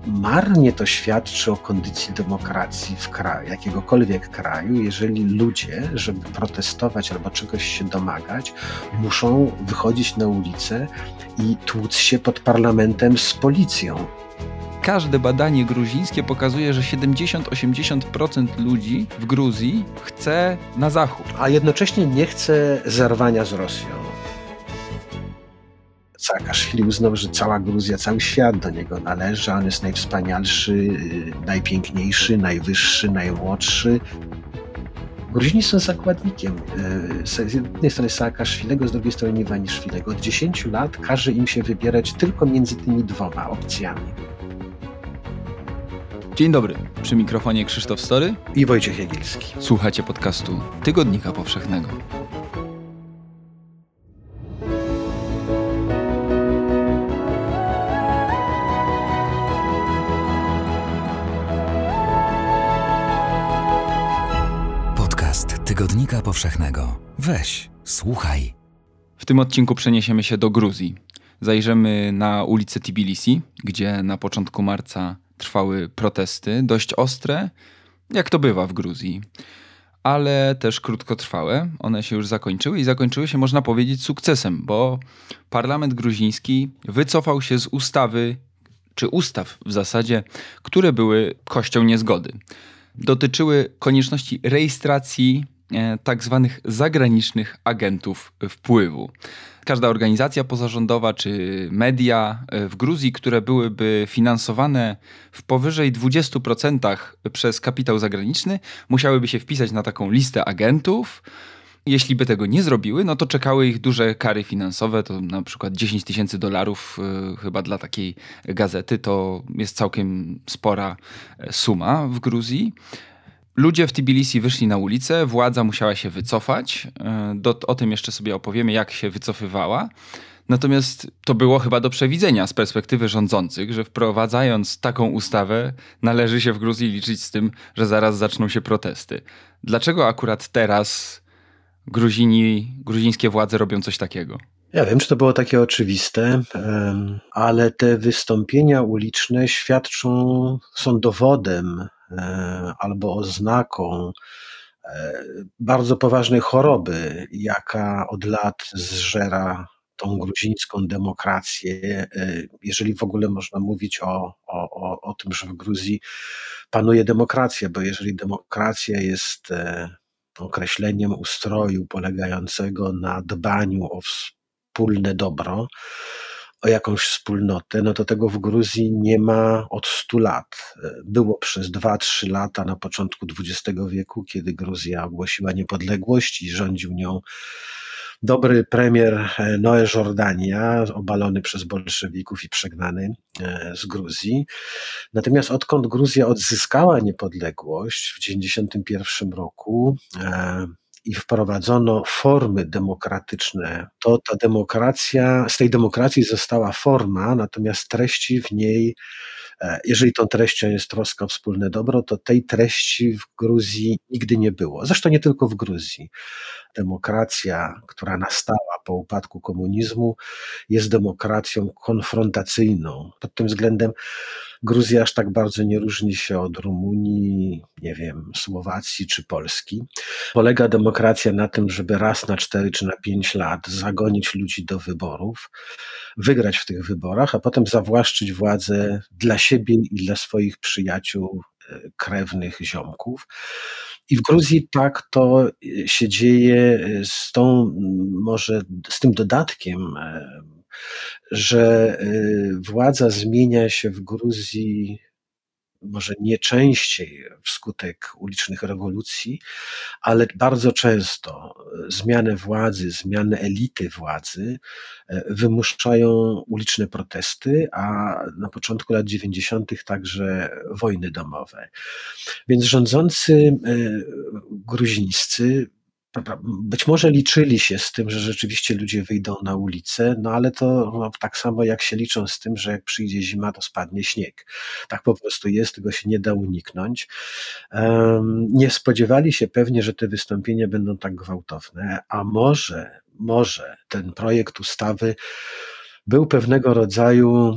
marnie to świadczy o kondycji demokracji w kraju, jakiegokolwiek kraju, jeżeli ludzie, żeby protestować albo czegoś się domagać, muszą wychodzić na ulicę i tłuc się pod parlamentem z policją. Każde badanie gruzińskie pokazuje, że 70-80% ludzi w Gruzji chce na zachód. A jednocześnie nie chce zerwania z Rosją. Saakaszwili uznał, że cała Gruzja, cały świat do niego należy, a on jest najwspanialszy, najpiękniejszy, najwyższy, najmłodszy. Gruzini są zakładnikiem z jednej strony Saakaszwilego, z drugiej strony Iwaniszwilego. Od 10 lat każe im się wybierać tylko między tymi dwoma opcjami. Dzień dobry, przy mikrofonie Krzysztof Story I Wojciech Jagielski. Słuchacie podcastu Tygodnika Powszechnego. Podcast Tygodnika Powszechnego. Weź, słuchaj. W tym odcinku przeniesiemy się do Gruzji. Zajrzymy na ulicę Tbilisi, gdzie na początku marca trwały protesty, dość ostre, jak to bywa w Gruzji, ale też krótkotrwałe. One się już zakończyły i zakończyły się, można powiedzieć, sukcesem, bo parlament gruziński wycofał się z ustawy, czy ustaw w zasadzie, które były kością niezgody. Dotyczyły konieczności rejestracji tak zwanych zagranicznych agentów wpływu. Każda organizacja pozarządowa czy media w Gruzji, które byłyby finansowane w powyżej 20% przez kapitał zagraniczny, musiałyby się wpisać na taką listę agentów. Jeśli by tego nie zrobiły, no to czekały ich duże kary finansowe, to na przykład $10,000 chyba dla takiej gazety, to jest całkiem spora suma w Gruzji. Ludzie w Tbilisi wyszli na ulicę, władza musiała się wycofać. O tym jeszcze sobie opowiemy, jak się wycofywała. Natomiast to było chyba do przewidzenia z perspektywy rządzących, że wprowadzając taką ustawę, należy się w Gruzji liczyć z tym, że zaraz zaczną się protesty. Dlaczego akurat teraz gruzińskie władze robią coś takiego? Ja wiem, czy to było takie oczywiste, ale te wystąpienia uliczne są dowodem albo oznaką bardzo poważnej choroby, jaka od lat zżera tą gruzińską demokrację, jeżeli w ogóle można mówić o tym, że w Gruzji panuje demokracja, bo jeżeli demokracja jest określeniem ustroju polegającego na dbaniu o wspólne dobro, o jakąś wspólnotę, no to tego w Gruzji nie ma od 100 lat. Było przez 2-3 lata na początku XX wieku, kiedy Gruzja ogłosiła niepodległość i rządził nią dobry premier Noe Jordania, obalony przez bolszewików i przegnany z Gruzji. Natomiast odkąd Gruzja odzyskała niepodległość w 1991 roku i wprowadzono formy demokratyczne, to z tej demokracji została forma, natomiast treści w niej, jeżeli tą treścią jest troska o wspólne dobro, to tej treści w Gruzji nigdy nie było. Zresztą nie tylko w Gruzji. Demokracja, która nastała po upadku komunizmu, jest demokracją konfrontacyjną. Pod tym względem Gruzja aż tak bardzo nie różni się od Rumunii, nie wiem, Słowacji czy Polski. Polega demokracja na tym, żeby raz na 4 czy na 5 lat zagonić ludzi do wyborów, wygrać w tych wyborach, a potem zawłaszczyć władzę dla siebie i dla swoich przyjaciół, krewnych, ziomków. I w Gruzji tak to się dzieje może z tym dodatkiem, że władza zmienia się w Gruzji może nie częściej wskutek ulicznych rewolucji, ale bardzo często zmianę władzy, zmianę elity władzy wymuszają uliczne protesty, a na początku lat 90. także wojny domowe. Więc rządzący gruzińscy być może liczyli się z tym, że rzeczywiście ludzie wyjdą na ulicę, no ale to tak samo jak się liczą z tym, że jak przyjdzie zima, to spadnie śnieg. Tak po prostu jest, tego się nie da uniknąć. Nie spodziewali się pewnie, że te wystąpienia będą tak gwałtowne, a może ten projekt ustawy był pewnego rodzaju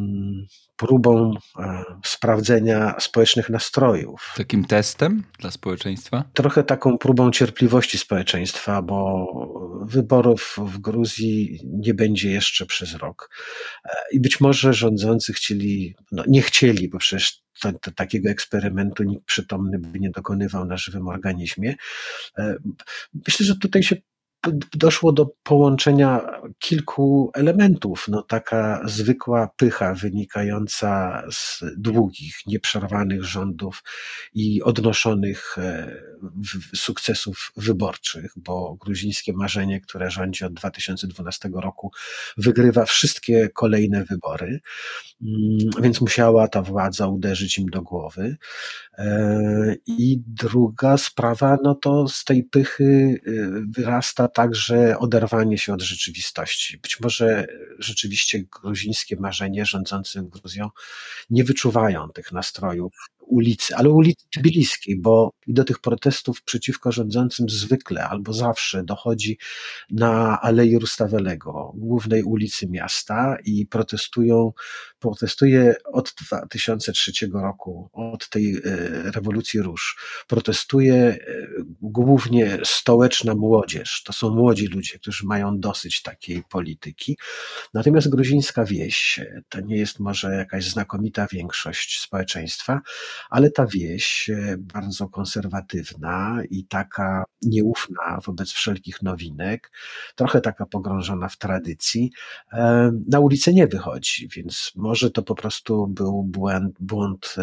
próbą sprawdzenia społecznych nastrojów. Takim testem dla społeczeństwa? Trochę taką próbą cierpliwości społeczeństwa, bo wyborów w Gruzji nie będzie jeszcze przez rok. I być może rządzący nie chcieli, bo przecież takiego eksperymentu nikt przytomny by nie dokonywał na żywym organizmie. Myślę, że tutaj się doszło do połączenia kilku elementów. Taka zwykła pycha wynikająca z długich, nieprzerwanych rządów i odnoszonych sukcesów wyborczych, bo gruzińskie marzenie, które rządzi od 2012 roku, wygrywa wszystkie kolejne wybory, więc musiała ta władza uderzyć im do głowy. I druga sprawa, to z tej pychy wyrasta także oderwanie się od rzeczywistości. Być może rzeczywiście gruzińskie marzenie rządzących Gruzją nie wyczuwają tych nastrojów ulicy, ale ulicy tbiliskiej, bo i do tych protestów przeciwko rządzącym zwykle albo zawsze dochodzi na Alei Rustavelego, głównej ulicy miasta, i protestuje od 2003 roku, od tej rewolucji róż, protestuje głównie stołeczna młodzież. To są młodzi ludzie, którzy mają dosyć takiej polityki. Natomiast gruzińska wieś to nie jest może jakaś znakomita większość społeczeństwa, ale ta wieś bardzo konserwatywna i taka nieufna wobec wszelkich nowinek, trochę taka pogrążona w tradycji, na ulicę nie wychodzi, więc może to po prostu był błąd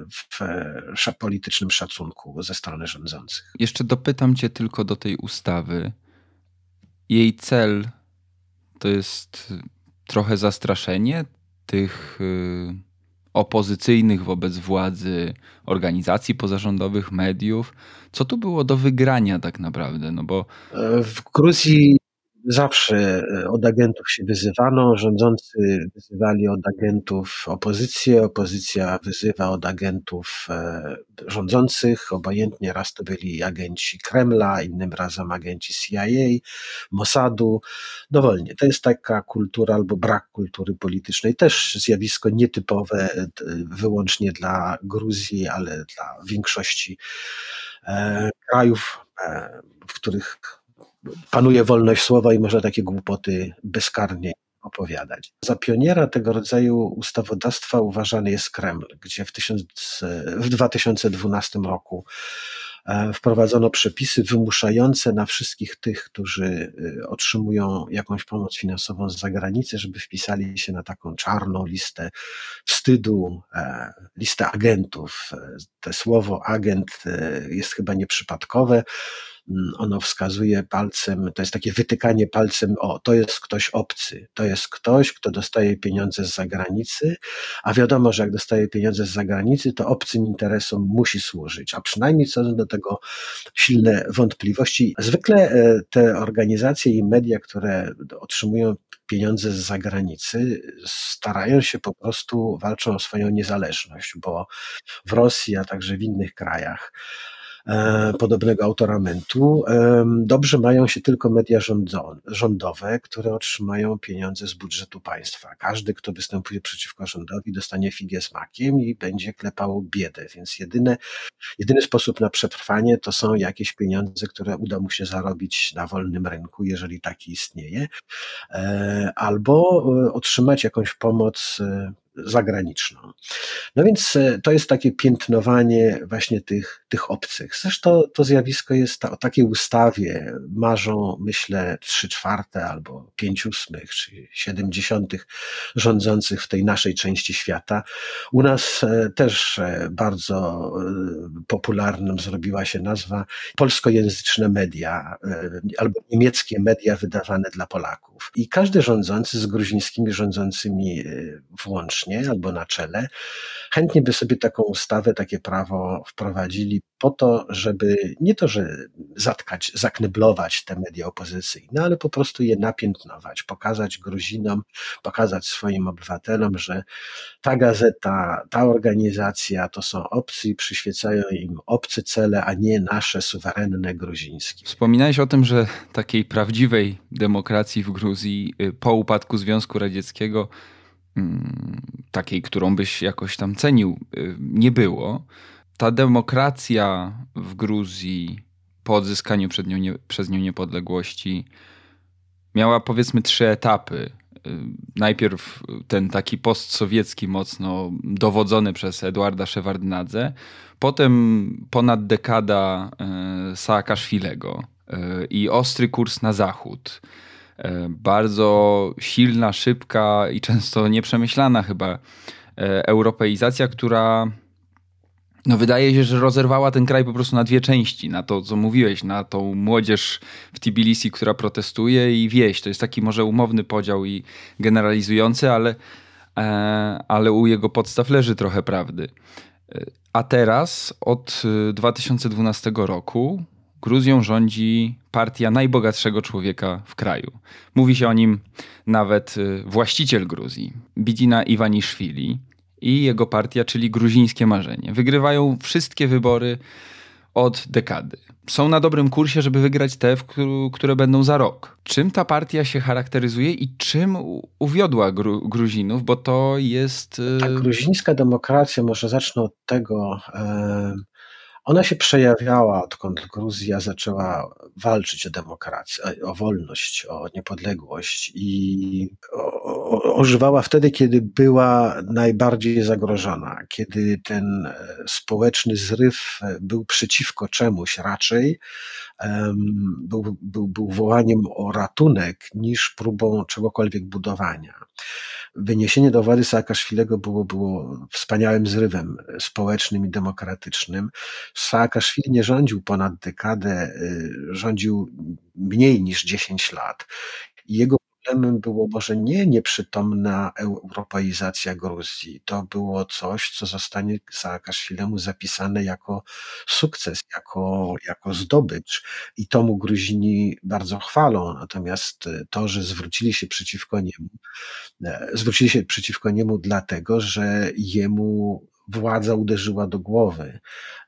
w politycznym szacunku ze strony rządzących. Jeszcze dopytam cię tylko do tej ustawy. Jej cel to jest trochę zastraszenie tych opozycyjnych wobec władzy organizacji pozarządowych, mediów. Co tu było do wygrania tak naprawdę? Bo w Gruzji zawsze od agentów się wyzywano, rządzący wyzywali od agentów opozycję, opozycja wyzywa od agentów rządzących, obojętnie, raz to byli agenci Kremla, innym razem agenci CIA, Mossadu, dowolnie. To jest taka kultura albo brak kultury politycznej, też zjawisko nietypowe wyłącznie dla Gruzji, ale dla większości krajów, w których panuje wolność słowa i można takie głupoty bezkarnie opowiadać. Za pioniera tego rodzaju ustawodawstwa uważany jest Kreml, gdzie w 2012 roku wprowadzono przepisy wymuszające na wszystkich tych, którzy otrzymują jakąś pomoc finansową z zagranicy, żeby wpisali się na taką czarną listę wstydu, listę agentów. To słowo agent jest chyba nieprzypadkowe. Ono wskazuje palcem, to jest takie wytykanie palcem, to jest ktoś obcy, to jest ktoś, kto dostaje pieniądze z zagranicy, a wiadomo, że jak dostaje pieniądze z zagranicy, to obcym interesom musi służyć, a przynajmniej co do tego silne wątpliwości. Zwykle te organizacje i media, które otrzymują pieniądze z zagranicy, starają się po prostu, walczą o swoją niezależność, bo w Rosji, a także w innych krajach podobnego autoramentu dobrze mają się tylko media rządowe, które otrzymają pieniądze z budżetu państwa. Każdy, kto występuje przeciwko rządowi, dostanie figę z makiem i będzie klepał biedę, więc jedyny sposób na przetrwanie to są jakieś pieniądze, które uda mu się zarobić na wolnym rynku, jeżeli taki istnieje, albo otrzymać jakąś pomoc zagraniczną. No więc to jest takie piętnowanie właśnie tych obcych. Zresztą to zjawisko jest o takiej ustawie marzą, myślę, 3/4 albo 5/8 czy 0,7 rządzących w tej naszej części świata. U nas też bardzo popularną zrobiła się nazwa polskojęzyczne media albo niemieckie media wydawane dla Polaków. I każdy rządzący z gruzińskimi rządzącymi włącznie albo na czele chętnie by sobie taką ustawę, takie prawo wprowadzili po to, żeby nie to, że zatkać, zakneblować te media opozycyjne, ale po prostu je napiętnować, pokazać Gruzinom, pokazać swoim obywatelom, że ta gazeta, ta organizacja to są obcy i przyświecają im obce cele, a nie nasze suwerenne gruzińskie. Wspominałeś o tym, że takiej prawdziwej demokracji w Gruzji po upadku Związku Radzieckiego, takiej, którą byś jakoś tam cenił, nie było. Ta demokracja w Gruzji po odzyskaniu przez nią niepodległości miała, powiedzmy, 3 etapy. Najpierw ten taki postsowiecki, mocno dowodzony przez Eduarda Szewardnadzę, potem ponad dekada Saakaszwilego i ostry kurs na zachód. Bardzo silna, szybka i często nieprzemyślana chyba europeizacja, która wydaje się, że rozerwała ten kraj po prostu na 2 części. Na to, co mówiłeś, na tą młodzież w Tbilisi, która protestuje, i wieś. To jest taki może umowny podział i generalizujący, ale u jego podstaw leży trochę prawdy. A teraz od 2012 roku Gruzją rządzi partia najbogatszego człowieka w kraju. Mówi się o nim nawet właściciel Gruzji, Bidzina Iwaniszwili, i jego partia, czyli Gruzińskie Marzenie. Wygrywają wszystkie wybory od dekady. Są na dobrym kursie, żeby wygrać te, które będą za rok. Czym ta partia się charakteryzuje i czym uwiodła Gruzinów? Bo to jest... Ta gruzińska demokracja, może zacznę od tego, ona się przejawiała, odkąd Gruzja zaczęła walczyć o demokrację, o wolność, o niepodległość, i ożywała wtedy, kiedy była najbardziej zagrożona, kiedy ten społeczny zryw był przeciwko czemuś raczej, był wołaniem o ratunek niż próbą czegokolwiek budowania. Wyniesienie do władzy Saakaszwilego było wspaniałym zrywem społecznym i demokratycznym. Saakaszwili nie rządził ponad dekadę, rządził mniej niż 10 lat. I jego problemem było może nie nieprzytomna europeizacja Gruzji. To było coś, co zostanie Saakaszwilemu zapisane jako sukces, jako zdobycz. I to mu Gruzini bardzo chwalą. Natomiast to, że zwrócili się przeciwko niemu dlatego, że jemu władza uderzyła do głowy.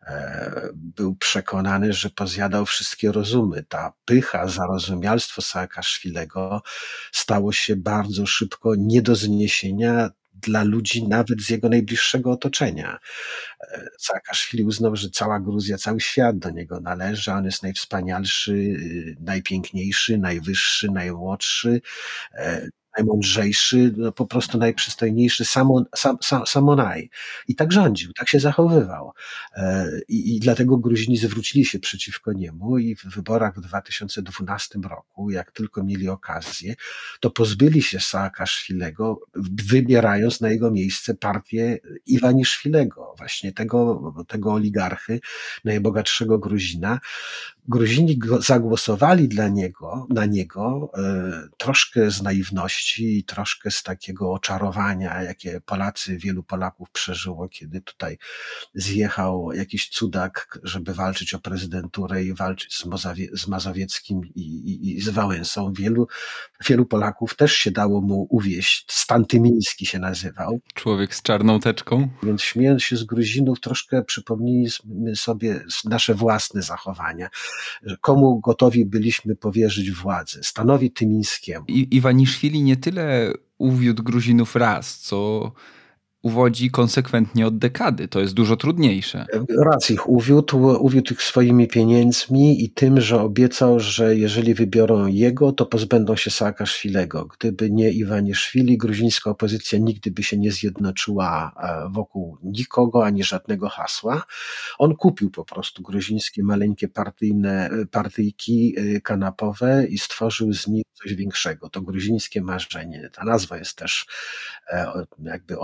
Był przekonany, że pozjadał wszystkie rozumy. Ta pycha, zarozumialstwo Saakaszwilego stało się bardzo szybko nie do zniesienia dla ludzi nawet z jego najbliższego otoczenia. Saakaszwili uznał, że cała Gruzja, cały świat do niego należy, a on jest najwspanialszy, najpiękniejszy, najwyższy, najmłodszy, najmądrzejszy, po prostu najprzystojniejszy Samonaj. I tak rządził, tak się zachowywał. I dlatego Gruzini zwrócili się przeciwko niemu i w wyborach w 2012 roku, jak tylko mieli okazję, to pozbyli się Saakaszwilego, wybierając na jego miejsce partię Iwaniszwilego, właśnie tego oligarchy, najbogatszego Gruzina. Gruzini zagłosowali na niego troszkę z naiwności i troszkę z takiego oczarowania, jakie wielu Polaków przeżyło, kiedy tutaj zjechał jakiś cudak, żeby walczyć o prezydenturę i walczyć z Mazowieckim i z Wałęsą. Wielu Polaków też się dało mu uwieść. Stan Tymiński się nazywał. Człowiek z czarną teczką. Więc śmiejąc się z Gruzinów, troszkę przypomnijmy sobie nasze własne zachowania. Komu gotowi byliśmy powierzyć władzę? Stanowi Tymińskiemu. Iwaniszwili nie tyle uwiódł Gruzinów raz, co uwodzi konsekwentnie od dekady. To jest dużo trudniejsze. Raz ich uwiódł ich swoimi pieniędzmi i tym, że obiecał, że jeżeli wybiorą jego, to pozbędą się Saakaszwilego. Gdyby nie Iwaniszwili, gruzińska opozycja nigdy by się nie zjednoczyła wokół nikogo, ani żadnego hasła. On kupił po prostu gruzińskie maleńkie partyjki kanapowe i stworzył z nich coś większego. To Gruzińskie Marzenie. Ta nazwa jest też jakby oznaką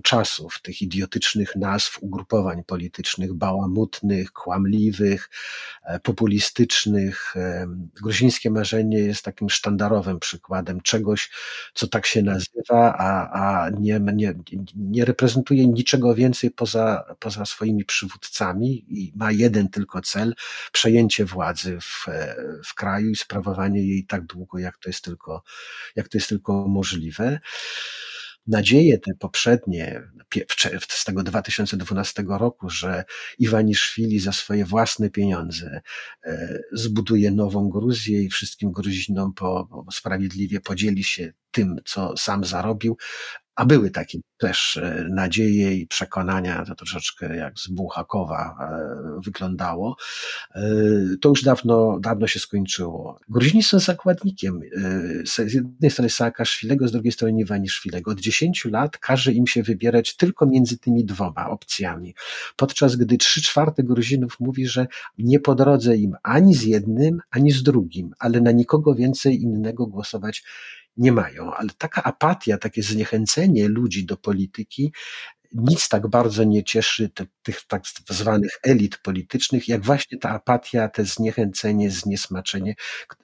czasów, tych idiotycznych nazw ugrupowań politycznych, bałamutnych, kłamliwych, populistycznych. Gruzińskie marzenie jest takim sztandarowym przykładem czegoś, co tak się nazywa, a nie reprezentuje niczego więcej poza swoimi przywódcami i ma jeden tylko cel: przejęcie władzy w kraju i sprawowanie jej tak długo, jak to jest tylko możliwe. Nadzieje te poprzednie z tego 2012 roku, że Iwaniszwili za swoje własne pieniądze zbuduje nową Gruzję i wszystkim Gruzinom sprawiedliwie podzieli się tym, co sam zarobił, a były takie też nadzieje i przekonania, to troszeczkę jak z Bułhakowa wyglądało, to już dawno się skończyło. Gruzini są zakładnikiem z jednej strony Saakaszwilego, z drugiej strony Iwaniszwilego. Od 10 lat każe im się wybierać tylko między tymi dwoma opcjami, podczas gdy 3/4 Gruzinów mówi, że nie po drodze im ani z jednym, ani z drugim, ale na nikogo więcej innego głosować nie mają. Ale taka apatia, takie zniechęcenie ludzi do polityki nic tak bardzo nie cieszy tych tak zwanych elit politycznych, jak właśnie ta apatia, te zniechęcenie, zniesmaczenie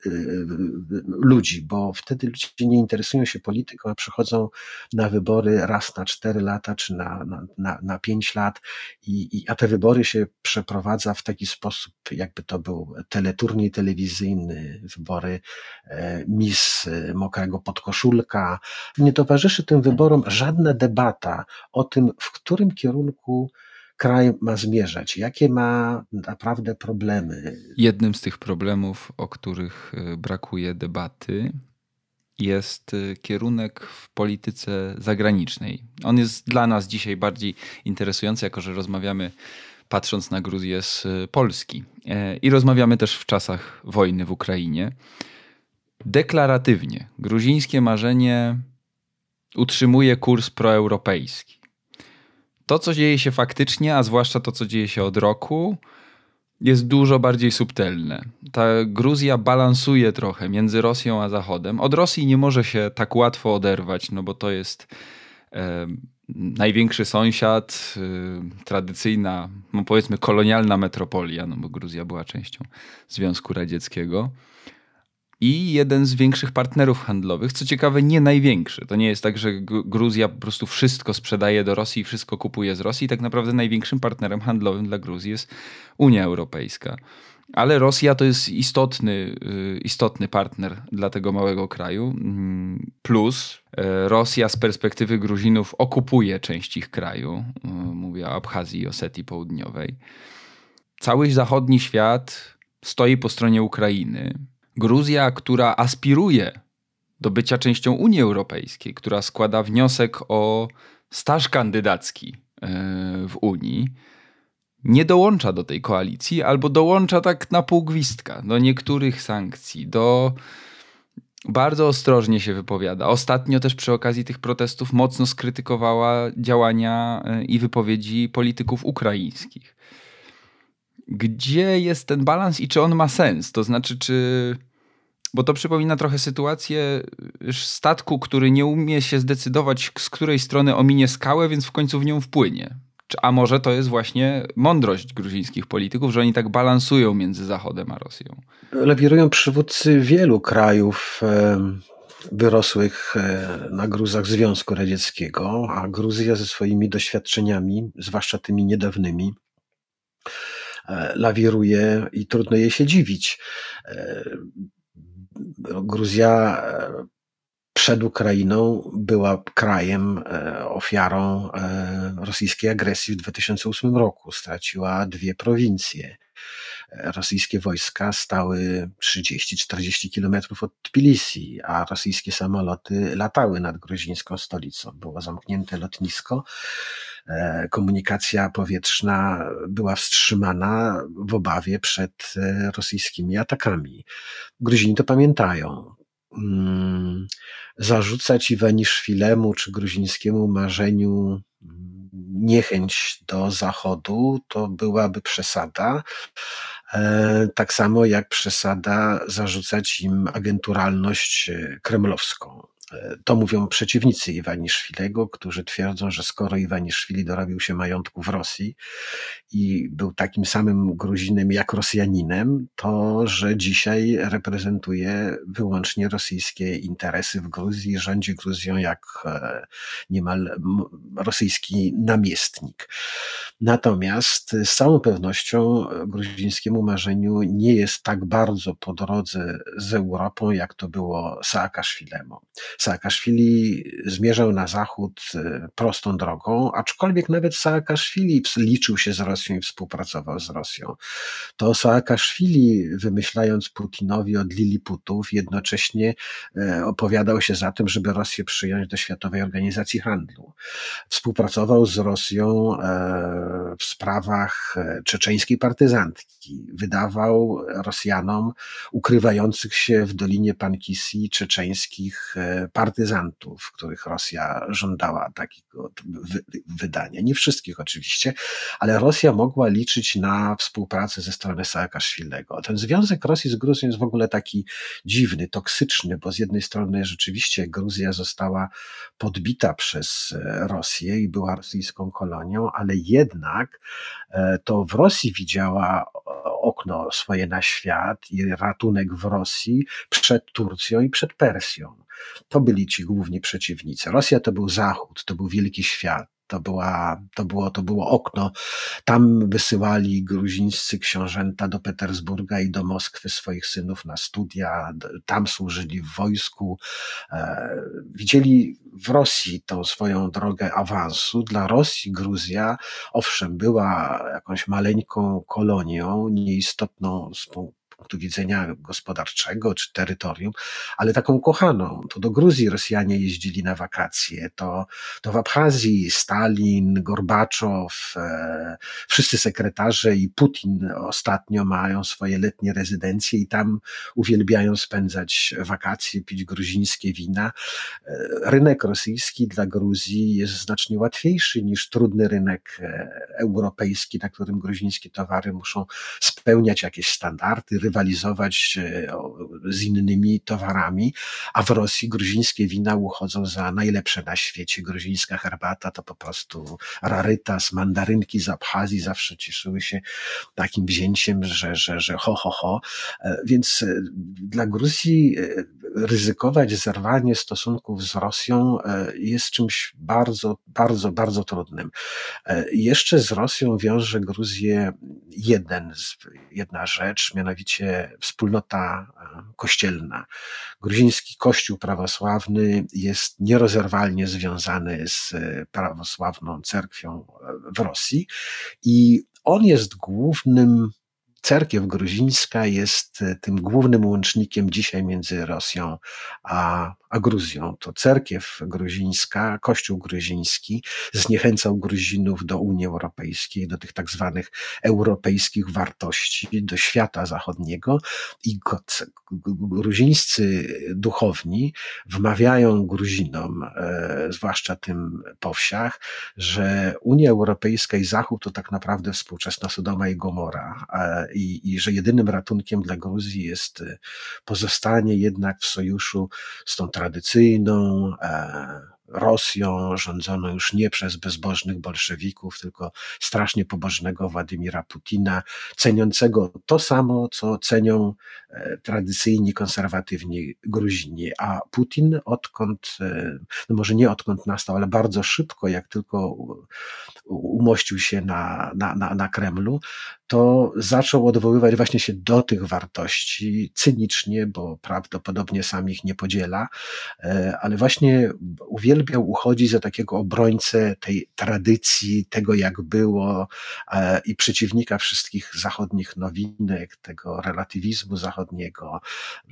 ludzi, bo wtedy ludzie nie interesują się polityką, a przychodzą na wybory raz na 4 lata, czy na 5 lat, a te wybory się przeprowadza w taki sposób, jakby to był teleturniej telewizyjny, wybory Miss Mokrego Podkoszulka. Nie towarzyszy tym wyborom żadna debata o tym, w którym kierunku kraj ma zmierzać, jakie ma naprawdę problemy. Jednym z tych problemów, o których brakuje debaty, jest kierunek w polityce zagranicznej. On jest dla nas dzisiaj bardziej interesujący, jako że rozmawiamy, patrząc na Gruzję, z Polski. I rozmawiamy też w czasach wojny w Ukrainie. Deklaratywnie gruzińskie marzenie utrzymuje kurs proeuropejski. To, co dzieje się faktycznie, a zwłaszcza to, co dzieje się od roku, jest dużo bardziej subtelne. Ta Gruzja balansuje trochę między Rosją a Zachodem. Od Rosji nie może się tak łatwo oderwać, no bo to jest największy sąsiad, tradycyjna, no powiedzmy kolonialna metropolia, no bo Gruzja była częścią Związku Radzieckiego. I jeden z większych partnerów handlowych, co ciekawe nie największy. To nie jest tak, że Gruzja po prostu wszystko sprzedaje do Rosji i wszystko kupuje z Rosji. Tak naprawdę największym partnerem handlowym dla Gruzji jest Unia Europejska. Ale Rosja to jest istotny partner dla tego małego kraju. Plus Rosja z perspektywy Gruzinów okupuje część ich kraju. Mówię o Abchazji i Osetii Południowej. Cały zachodni świat stoi po stronie Ukrainy. Gruzja, która aspiruje do bycia częścią Unii Europejskiej, która składa wniosek o staż kandydacki w Unii, nie dołącza do tej koalicji albo dołącza tak na pół gwizdka do niektórych sankcji, bardzo ostrożnie się wypowiada. Ostatnio też przy okazji tych protestów mocno skrytykowała działania i wypowiedzi polityków ukraińskich. Gdzie jest ten balans i czy on ma sens? To znaczy, bo to przypomina trochę sytuację statku, który nie umie się zdecydować, z której strony ominie skałę, więc w końcu w nią wpłynie. A może to jest właśnie mądrość gruzińskich polityków, że oni tak balansują między Zachodem a Rosją? Lawirują przywódcy wielu krajów wyrosłych na gruzach Związku Radzieckiego, a Gruzja ze swoimi doświadczeniami, zwłaszcza tymi niedawnymi, lawiruje i trudno jej się dziwić. Gruzja przed Ukrainą była krajem, ofiarą rosyjskiej agresji w 2008 roku. Straciła 2 prowincje. Rosyjskie wojska stały 30-40 kilometrów od Tbilisi, a rosyjskie samoloty latały nad gruzińską stolicą. Było zamknięte lotnisko. Komunikacja powietrzna była wstrzymana w obawie przed rosyjskimi atakami. Gruzini to pamiętają. Zarzucać Iwaniszwilemu czy gruzińskiemu marzeniu niechęć do Zachodu to byłaby przesada. Tak samo jak przesada zarzucać im agenturalność kremlowską. To mówią przeciwnicy Iwaniszwilego, którzy twierdzą, że skoro Iwaniszwili dorobił się majątku w Rosji i był takim samym Gruzinem jak Rosjaninem, to że dzisiaj reprezentuje wyłącznie rosyjskie interesy w Gruzji, rządzi Gruzją jak niemal rosyjski namiestnik. Natomiast z całą pewnością gruzińskiemu marzeniu nie jest tak bardzo po drodze z Europą, jak to było Saakaszwilemu. Saakaszwili zmierzał na zachód prostą drogą, aczkolwiek nawet Saakaszwili liczył się z Rosją i współpracował z Rosją. To Saakaszwili, wymyślając Putinowi od Liliputów, jednocześnie opowiadał się za tym, żeby Rosję przyjąć do Światowej Organizacji Handlu. Współpracował z Rosją w sprawach czeczeńskiej partyzantki. Wydawał Rosjanom ukrywających się w Dolinie Pankisi czeczeńskich partyzantów, których Rosja żądała takiego wydania. Nie wszystkich oczywiście, ale Rosja mogła liczyć na współpracę ze strony Saakaszwilego. Ten związek Rosji z Gruzją jest w ogóle taki dziwny, toksyczny, bo z jednej strony rzeczywiście Gruzja została podbita przez Rosję i była rosyjską kolonią, ale jednak to w Rosji widziała okno swoje na świat i ratunek w Rosji przed Turcją i przed Persją. To byli ci główni przeciwnicy. Rosja to był Zachód, to był wielki świat. To było okno. Tam wysyłali gruzińscy książęta do Petersburga i do Moskwy swoich synów na studia, tam służyli w wojsku. Widzieli w Rosji tą swoją drogę awansu. Dla Rosji Gruzja, owszem, była jakąś maleńką kolonią, nieistotną z punktu widzenia gospodarczego czy terytorium, ale taką kochaną. To do Gruzji Rosjanie jeździli na wakacje, to w Abchazji Stalin, Gorbaczow, wszyscy sekretarze i Putin ostatnio mają swoje letnie rezydencje i tam uwielbiają spędzać wakacje, pić gruzińskie wina. Rynek rosyjski dla Gruzji jest znacznie łatwiejszy niż trudny rynek europejski, na którym gruzińskie towary muszą spełniać jakieś standardy, rywalizować z innymi towarami, a w Rosji gruzińskie wina uchodzą za najlepsze na świecie. Gruzińska herbata to po prostu rarytas, mandarynki z Abchazji zawsze cieszyły się takim wzięciem, że ho. Więc dla Gruzji ryzykować zerwanie stosunków z Rosją jest czymś bardzo trudnym. Jeszcze z Rosją wiąże Gruzję jedna rzecz, mianowicie wspólnota kościelna. Gruziński Kościół prawosławny jest nierozerwalnie związany z prawosławną cerkwią w Rosji i on jest cerkiew gruzińska jest tym głównym łącznikiem dzisiaj między Rosją a Gruzją. To cerkiew gruzińska, Kościół gruziński zniechęcał Gruzinów do Unii Europejskiej, do tych tak zwanych europejskich wartości, do świata zachodniego i gruzińscy duchowni wmawiają Gruzinom, zwłaszcza tym po wsiach, że Unia Europejska i Zachód to tak naprawdę współczesna Sodoma i Gomora i że jedynym ratunkiem dla Gruzji jest pozostanie jednak w sojuszu z tą tradycyjną Rosją, rządzoną już nie przez bezbożnych bolszewików, tylko strasznie pobożnego Władimira Putina, ceniącego to samo, co cenią tradycyjni, konserwatywni Gruzini. A Putin no może nie odkąd nastał, ale bardzo szybko, jak tylko umościł się na Kremlu, to zaczął odwoływać właśnie się do tych wartości cynicznie, bo prawdopodobnie sam ich nie podziela, ale właśnie uwielbiał uchodzić za takiego obrońcę tej tradycji, tego jak było i przeciwnika wszystkich zachodnich nowinek, tego relatywizmu zachodniego,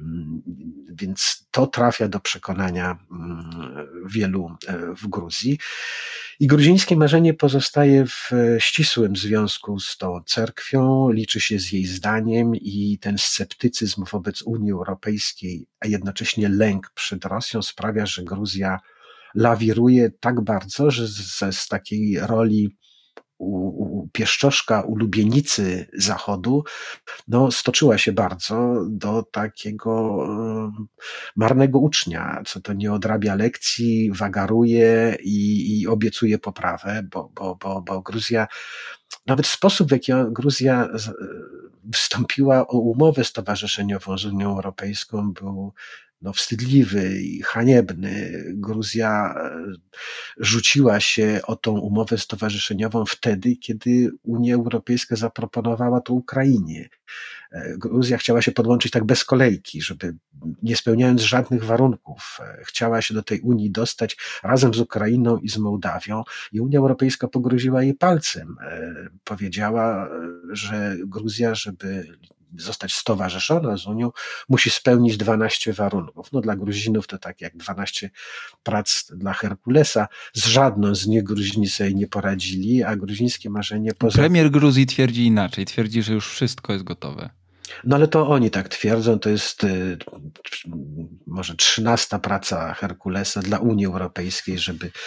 więc to trafia do przekonania wielu w Gruzji. I gruzińskie marzenie pozostaje w ścisłym związku z tą cerkwią, liczy się z jej zdaniem i ten sceptycyzm wobec Unii Europejskiej, a jednocześnie lęk przed Rosją sprawia, że Gruzja lawiruje tak bardzo, że z takiej roli pieszczoszka ulubienicy Zachodu, no, stoczyła się bardzo do takiego marnego ucznia, co to nie odrabia lekcji, wagaruje i obiecuje poprawę, bo Gruzja, nawet sposób, w jaki Gruzja wstąpiła o umowę stowarzyszeniową z Unią Europejską, był wstydliwy i haniebny. Gruzja rzuciła się o tą umowę stowarzyszeniową wtedy, kiedy Unia Europejska zaproponowała to Ukrainie. Gruzja chciała się podłączyć tak bez kolejki, żeby nie spełniając żadnych warunków, chciała się do tej Unii dostać razem z Ukrainą i z Mołdawią, i Unia Europejska pogroziła jej palcem. Powiedziała, że Gruzja, żeby zostać stowarzyszona z Unią, musi spełnić 12 warunków. No, dla Gruzinów to tak jak 12 prac dla Herkulesa. Z żadną z nich Gruzini sobie nie poradzili, a gruzińskie marzenie Premier Gruzji twierdzi inaczej. Twierdzi, że już wszystko jest gotowe. No ale to oni tak twierdzą, to jest może 13 praca Herkulesa dla Unii Europejskiej,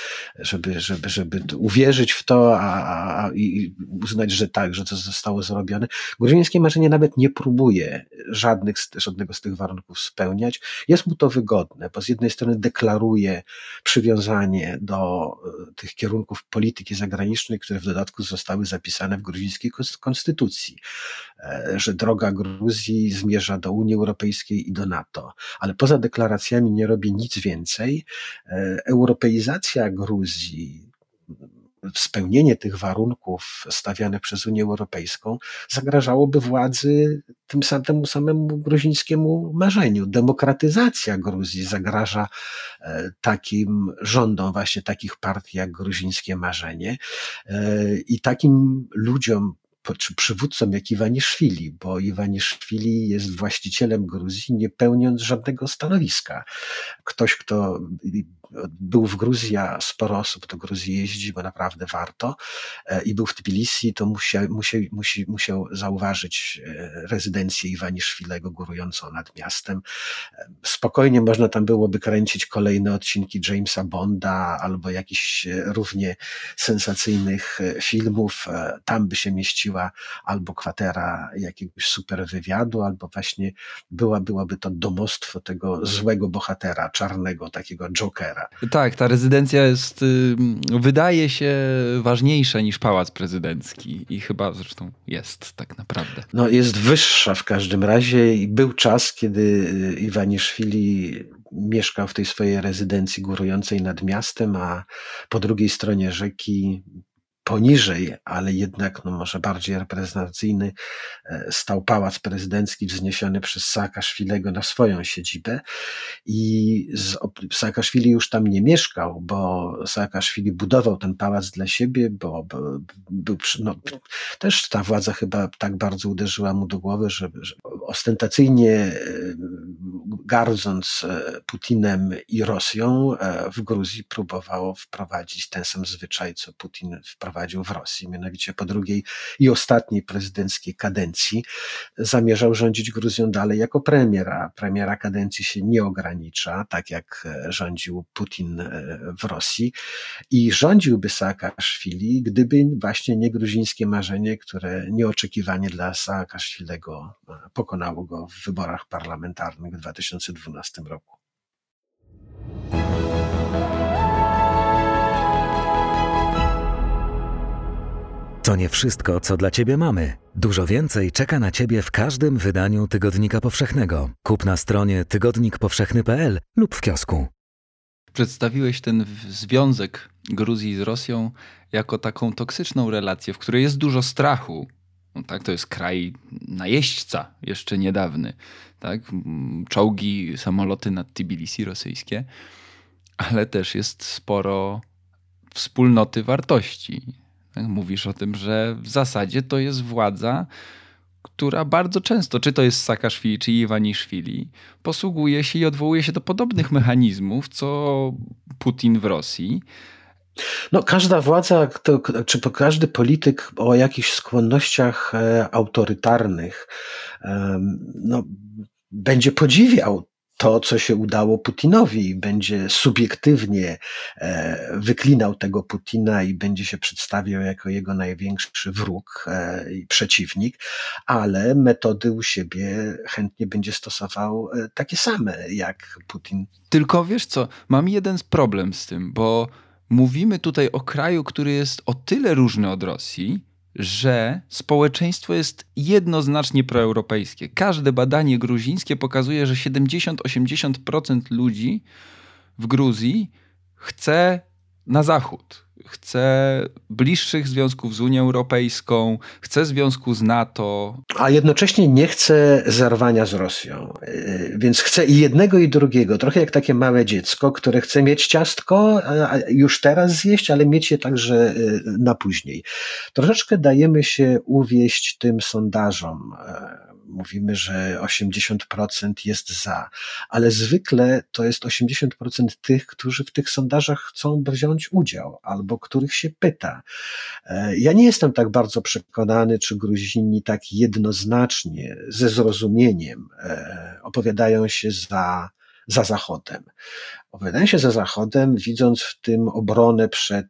żeby uwierzyć w to i uznać, że tak, że to zostało zrobione. Gruzińskie marzenie nawet nie próbuje żadnego z tych warunków spełniać. Jest mu to wygodne, bo z jednej strony deklaruje przywiązanie do tych kierunków polityki zagranicznej, które w dodatku zostały zapisane w gruzińskiej konstytucji, że droga Gruzji zmierza do Unii Europejskiej i do NATO, ale poza deklaracjami nie robi nic więcej. Europeizacja Gruzji, spełnienie tych warunków stawianych przez Unię Europejską zagrażałoby władzy temu samemu gruzińskiemu marzeniu. Demokratyzacja Gruzji zagraża takim rządom właśnie takich partii jak Gruzińskie Marzenie i takim ludziom, czy przywódcom jak Iwaniszwili, bo Iwaniszwili jest właścicielem Gruzji, nie pełniąc żadnego stanowiska. Ktoś, kto był w Gruzji, a sporo osób do Gruzji jeździ, bo naprawdę warto, i był w Tbilisi, to musiał zauważyć rezydencję Iwaniszwilego górującą nad miastem. Spokojnie można tam byłoby kręcić kolejne odcinki Jamesa Bonda albo jakichś równie sensacyjnych filmów. Tam by się mieściła albo kwatera jakiegoś super wywiadu, albo właśnie byłoby to domostwo tego złego bohatera, czarnego, takiego Jokera. Tak, ta rezydencja jest, wydaje się, ważniejsza niż pałac prezydencki i chyba zresztą jest tak naprawdę. No, jest wyższa w każdym razie i był czas, kiedy Iwaniszwili mieszkał w tej swojej rezydencji górującej nad miastem, a po drugiej stronie rzeki, poniżej, ale jednak może bardziej reprezentacyjny, stał pałac prezydencki wzniesiony przez Saakaszwilego na swoją siedzibę i Saakaszwili już tam nie mieszkał, bo Saakaszwili budował ten pałac dla siebie, bo był, też ta władza chyba tak bardzo uderzyła mu do głowy, że ostentacyjnie gardząc Putinem i Rosją, w Gruzji próbował wprowadzić ten sam zwyczaj, co Putin wprowadził w Rosji, mianowicie po drugiej i ostatniej prezydenckiej kadencji zamierzał rządzić Gruzją dalej jako premier, a premiera kadencji się nie ogranicza, tak jak rządził Putin w Rosji, i rządziłby Saakaszwili, gdyby właśnie nie gruzińskie marzenie, które nieoczekiwanie dla Saakaszwilego pokonało go w wyborach parlamentarnych w 2012 roku. To nie wszystko, co dla Ciebie mamy. Dużo więcej czeka na Ciebie w każdym wydaniu Tygodnika Powszechnego. Kup na stronie tygodnikpowszechny.pl lub w kiosku. Przedstawiłeś ten związek Gruzji z Rosją jako taką toksyczną relację, w której jest dużo strachu. No tak, to jest kraj najeźdźca jeszcze niedawny. Tak? Czołgi, samoloty nad Tbilisi rosyjskie, ale też jest sporo wspólnoty wartości. Mówisz o tym, że w zasadzie to jest władza, która bardzo często, czy to jest Saakaszwili, czy Iwaniszwili, posługuje się i odwołuje się do podobnych mechanizmów, co Putin w Rosji. No, każda władza, czy każdy polityk o jakichś skłonnościach autorytarnych będzie podziwiał to, co się udało Putinowi, będzie subiektywnie wyklinał tego Putina i będzie się przedstawiał jako jego największy wróg i przeciwnik, ale metody u siebie chętnie będzie stosował takie same jak Putin. Tylko wiesz co, mam jeden problem z tym, bo mówimy tutaj o kraju, który jest o tyle różny od Rosji, że społeczeństwo jest jednoznacznie proeuropejskie. Każde badanie gruzińskie pokazuje, że 70-80% ludzi w Gruzji chce na zachód. Chce bliższych związków z Unią Europejską, chce związku z NATO. A jednocześnie nie chce zerwania z Rosją. Więc chce i jednego, i drugiego. Trochę jak takie małe dziecko, które chce mieć ciastko już teraz zjeść, ale mieć je także na później. Troszeczkę dajemy się uwieść tym sondażom. Mówimy, że 80% jest za, ale zwykle to jest 80% tych, którzy w tych sondażach chcą wziąć udział albo których się pyta. Ja nie jestem tak bardzo przekonany, czy Gruzini tak jednoznacznie, ze zrozumieniem opowiadają się za Zachodem. Opowiadają się za Zachodem, widząc w tym obronę przed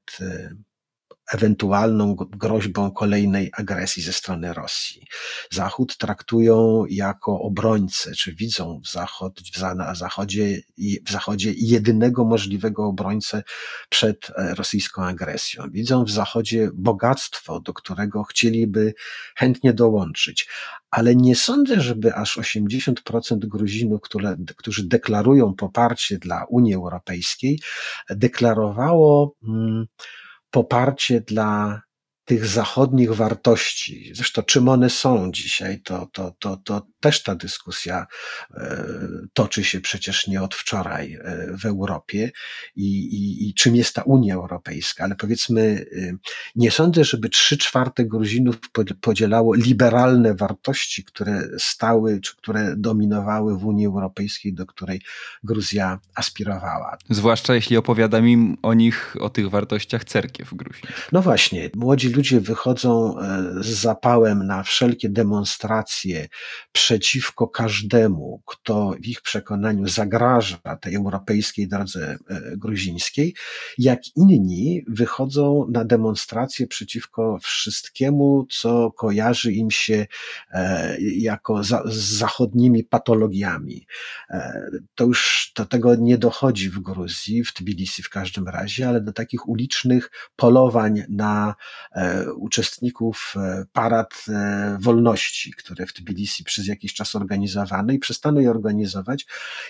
ewentualną groźbą kolejnej agresji ze strony Rosji. Zachód traktują jako obrońcę, czy widzą na Zachodzie jedynego możliwego obrońcę przed rosyjską agresją. Widzą w Zachodzie bogactwo, do którego chcieliby chętnie dołączyć. Ale nie sądzę, żeby aż 80% Gruzinów, którzy deklarują poparcie dla Unii Europejskiej, deklarowało poparcie dla tych zachodnich wartości. Zresztą czym one są dzisiaj, to też ta dyskusja toczy się przecież nie od wczoraj w Europie i czym jest ta Unia Europejska, ale powiedzmy, nie sądzę, żeby 3/4 Gruzinów podzielało liberalne wartości, które stały, czy które dominowały w Unii Europejskiej, do której Gruzja aspirowała. Zwłaszcza jeśli opowiadam im o tych wartościach cerkiew Gruzji. No właśnie, młodzi ludzie wychodzą z zapałem na wszelkie demonstracje przeciwko każdemu, kto w ich przekonaniu zagraża tej europejskiej drodze gruzińskiej, jak inni wychodzą na demonstracje przeciwko wszystkiemu, co kojarzy im się jako z zachodnimi patologiami. To już do tego nie dochodzi w Gruzji, w Tbilisi w każdym razie, ale do takich ulicznych polowań na uczestników parad wolności, które w Tbilisi przez jakiś czas organizowane i przestano je organizować,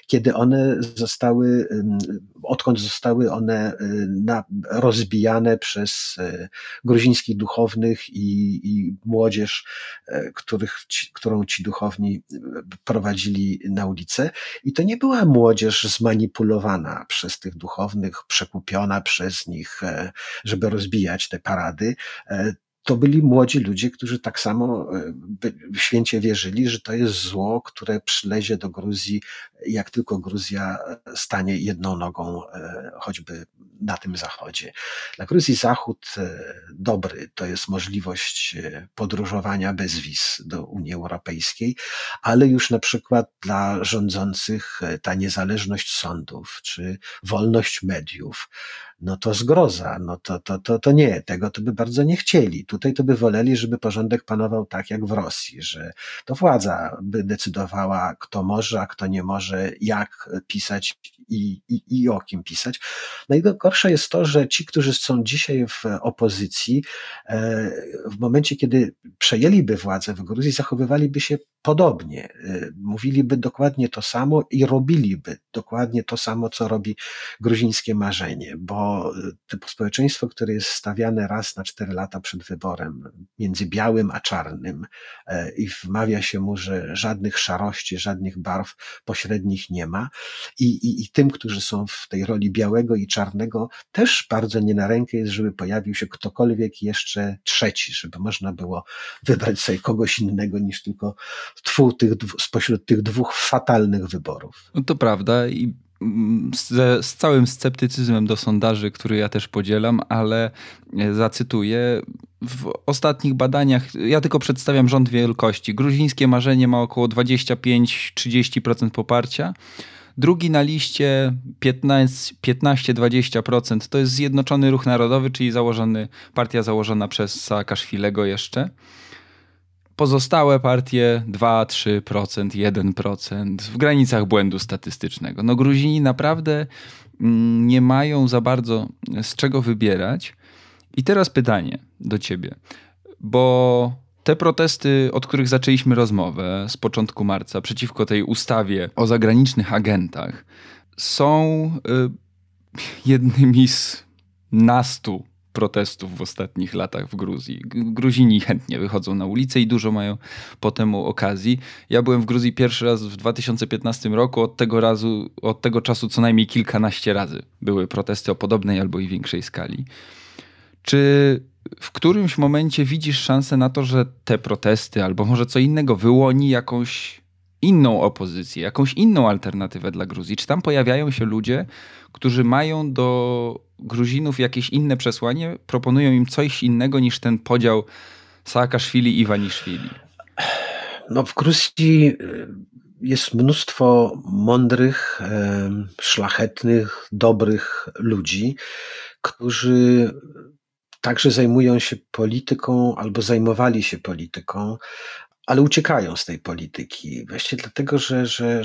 odkąd zostały one rozbijane przez gruzińskich duchownych i młodzież, którą ci duchowni prowadzili na ulicę. I to nie była młodzież zmanipulowana przez tych duchownych, przekupiona przez nich, żeby rozbijać te parady. To byli młodzi ludzie, którzy tak samo święcie wierzyli, że to jest zło, które przylezie do Gruzji, jak tylko Gruzja stanie jedną nogą choćby na tym zachodzie. Dla Gruzji Zachód dobry to jest możliwość podróżowania bez wiz do Unii Europejskiej, ale już na przykład dla rządzących ta niezależność sądów czy wolność mediów, no to zgroza, to nie, tego to by bardzo nie chcieli. Tutaj to by woleli, żeby porządek panował tak jak w Rosji, że to władza by decydowała, kto może, a kto nie może, jak pisać i o kim pisać. No i gorsze jest to, że ci, którzy są dzisiaj w opozycji, w momencie, kiedy przejęliby władzę w Gruzji, zachowywaliby się podobnie. Mówiliby dokładnie to samo i robiliby dokładnie to samo, co robi gruzińskie marzenie, bo to społeczeństwo, które jest stawiane raz na 4 lata przed wyborem między białym a czarnym i wmawia się mu, że żadnych szarości, żadnych barw pośrednich nie ma i tym, którzy są w tej roli białego i czarnego, też bardzo nie na rękę jest, żeby pojawił się ktokolwiek jeszcze trzeci, żeby można było wybrać sobie kogoś innego niż tylko spośród tych dwóch fatalnych wyborów. No to prawda i z całym sceptycyzmem do sondaży, który ja też podzielam, ale zacytuję, w ostatnich badaniach, ja tylko przedstawiam rząd wielkości, gruzińskie marzenie ma około 25-30% poparcia, Drugi na liście 15-20% to jest Zjednoczony Ruch Narodowy, czyli partia założona przez Saakaszwilego jeszcze. Pozostałe partie 2-3%, 1% w granicach błędu statystycznego. No Gruzini naprawdę nie mają za bardzo z czego wybierać. I teraz pytanie do ciebie, bo te protesty, od których zaczęliśmy rozmowę z początku marca przeciwko tej ustawie o zagranicznych agentach, są jednymi z nastu protestów w ostatnich latach w Gruzji. Gruzini chętnie wychodzą na ulicę i dużo mają po temu okazji. Ja byłem w Gruzji pierwszy raz w 2015 roku. Od tego czasu co najmniej kilkanaście razy były protesty o podobnej albo i większej skali. Czy w którymś momencie widzisz szansę na to, że te protesty albo może co innego wyłoni jakąś inną opozycję, jakąś inną alternatywę dla Gruzji? Czy tam pojawiają się ludzie, którzy mają do Gruzinów jakieś inne przesłanie, proponują im coś innego niż ten podział Saakaszwili i Iwaniszwili? No w Gruzji jest mnóstwo mądrych, szlachetnych, dobrych ludzi, którzy także zajmują się polityką albo zajmowali się polityką, ale uciekają z tej polityki. Właśnie dlatego, że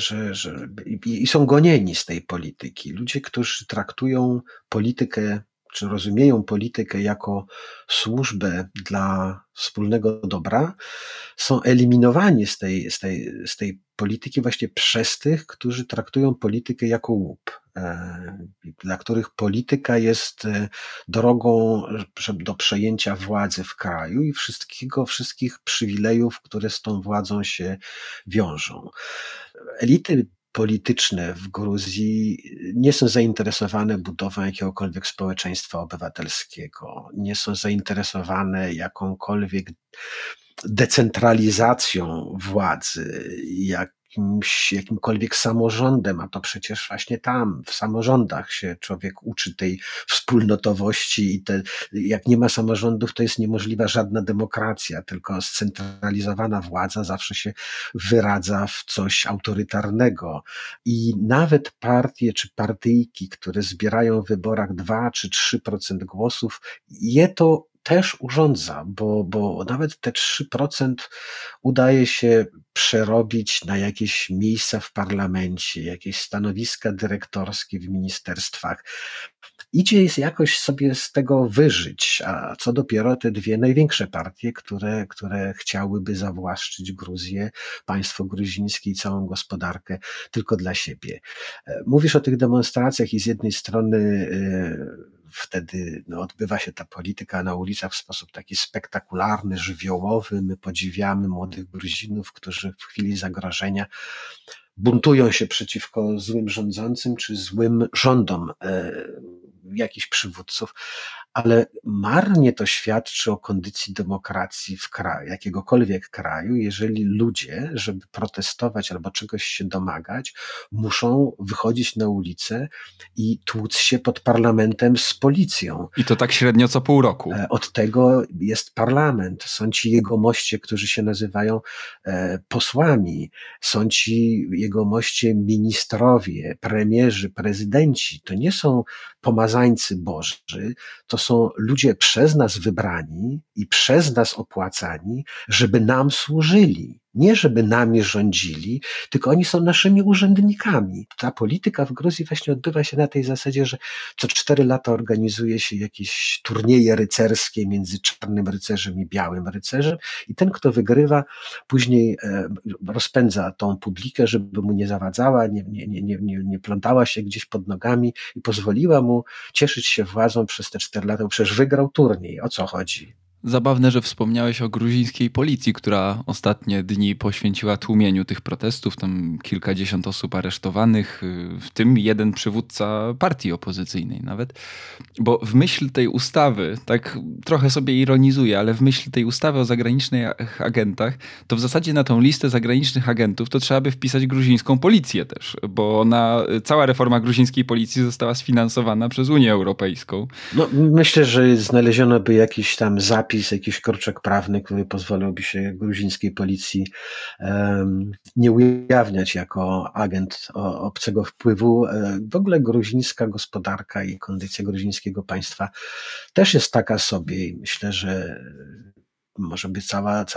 i są gonieni z tej polityki. Ludzie, którzy traktują politykę, czy rozumieją politykę jako służbę dla wspólnego dobra, są eliminowani z tej polityki właśnie przez tych, którzy traktują politykę jako łup, dla których polityka jest drogą do przejęcia władzy w kraju i wszystkich przywilejów, które z tą władzą się wiążą. Elity polityczne w Gruzji nie są zainteresowane budową jakiegokolwiek społeczeństwa obywatelskiego, nie są zainteresowane jakąkolwiek decentralizacją władzy, jakimkolwiek samorządem, a to przecież właśnie tam, w samorządach się człowiek uczy tej wspólnotowości i jak nie ma samorządów, to jest niemożliwa żadna demokracja, tylko scentralizowana władza zawsze się wyradza w coś autorytarnego. I nawet partie czy partyjki, które zbierają w wyborach 2 czy 3% głosów, je to też urządza, bo nawet te 3% udaje się przerobić na jakieś miejsca w parlamencie, jakieś stanowiska dyrektorskie w ministerstwach. Idzie jakoś sobie z tego wyżyć, a co dopiero te dwie największe partie, które chciałyby zawłaszczyć Gruzję, państwo gruzińskie i całą gospodarkę tylko dla siebie. Mówisz o tych demonstracjach i z jednej strony wtedy odbywa się ta polityka na ulicach w sposób taki spektakularny, żywiołowy. My podziwiamy młodych Gruzinów, którzy w chwili zagrożenia buntują się przeciwko złym rządzącym czy złym rządom jakichś przywódców, ale marnie to świadczy o kondycji demokracji w kraju, jakiegokolwiek kraju, jeżeli ludzie, żeby protestować albo czegoś się domagać, muszą wychodzić na ulicę i tłuc się pod parlamentem z policją. I to tak średnio co pół roku. Od tego jest parlament. Są ci jegomoście, którzy się nazywają posłami. Są ci jegomoście ministrowie, premierzy, prezydenci. To nie są pomazańcy boży, to są ludzie przez nas wybrani i przez nas opłacani, żeby nam służyli. Nie żeby nami rządzili, tylko oni są naszymi urzędnikami. Ta polityka w Gruzji właśnie odbywa się na tej zasadzie, że co 4 lata organizuje się jakieś turnieje rycerskie między czarnym rycerzem i białym rycerzem i ten, kto wygrywa, później rozpędza tą publikę, żeby mu nie zawadzała, nie plątała się gdzieś pod nogami i pozwoliła mu cieszyć się władzą przez te 4 lata. Przecież wygrał turniej. O co chodzi? Zabawne, że wspomniałeś o gruzińskiej policji, która ostatnie dni poświęciła tłumieniu tych protestów. Tam kilkadziesiąt osób aresztowanych, w tym jeden przywódca partii opozycyjnej nawet. Bo w myśl tej ustawy, tak trochę sobie ironizuję, ale w myśl tej ustawy o zagranicznych agentach, to w zasadzie na tą listę zagranicznych agentów to trzeba by wpisać gruzińską policję też, bo cała reforma gruzińskiej policji została sfinansowana przez Unię Europejską. No, myślę, że znaleziono by jakiś tam zapis przepis, jakiś kruczek prawny, który pozwalałby się gruzińskiej policji nie ujawniać jako agent obcego wpływu. W ogóle gruzińska gospodarka i kondycja gruzińskiego państwa też jest taka sobie i myślę, że może by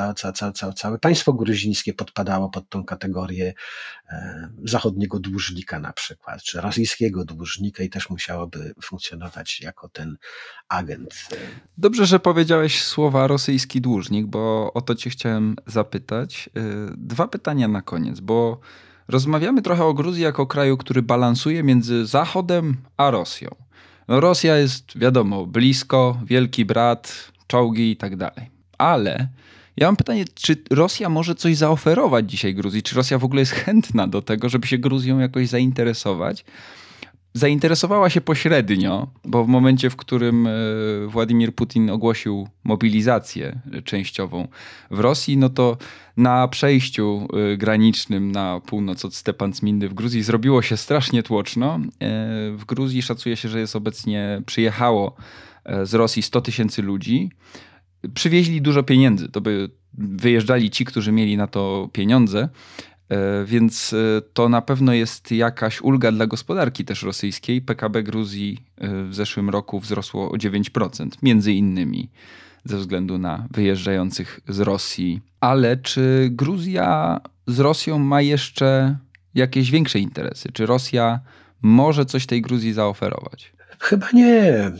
całe państwo gruzińskie podpadało pod tą kategorię zachodniego dłużnika na przykład, czy rosyjskiego dłużnika i też musiałoby funkcjonować jako ten agent. Dobrze, że powiedziałeś słowa rosyjski dłużnik, bo o to cię chciałem zapytać. 2 pytania na koniec, bo rozmawiamy trochę o Gruzji jako kraju, który balansuje między Zachodem a Rosją. No Rosja jest, wiadomo, blisko, wielki brat, czołgi i tak dalej. Ale ja mam pytanie, czy Rosja może coś zaoferować dzisiaj Gruzji? Czy Rosja w ogóle jest chętna do tego, żeby się Gruzją jakoś zainteresować? Zainteresowała się pośrednio, bo w momencie, w którym Władimir Putin ogłosił mobilizację częściową w Rosji, no to na przejściu granicznym na północ od Stepan Cmindy w Gruzji zrobiło się strasznie tłoczno. W Gruzji szacuje się, że jest obecnie przyjechało z Rosji 100 000 ludzi. Przywieźli dużo pieniędzy, to by wyjeżdżali ci, którzy mieli na to pieniądze, więc to na pewno jest jakaś ulga dla gospodarki też rosyjskiej. PKB Gruzji w zeszłym roku wzrosło o 9%, między innymi ze względu na wyjeżdżających z Rosji. Ale czy Gruzja z Rosją ma jeszcze jakieś większe interesy? Czy Rosja może coś tej Gruzji zaoferować? Chyba nie.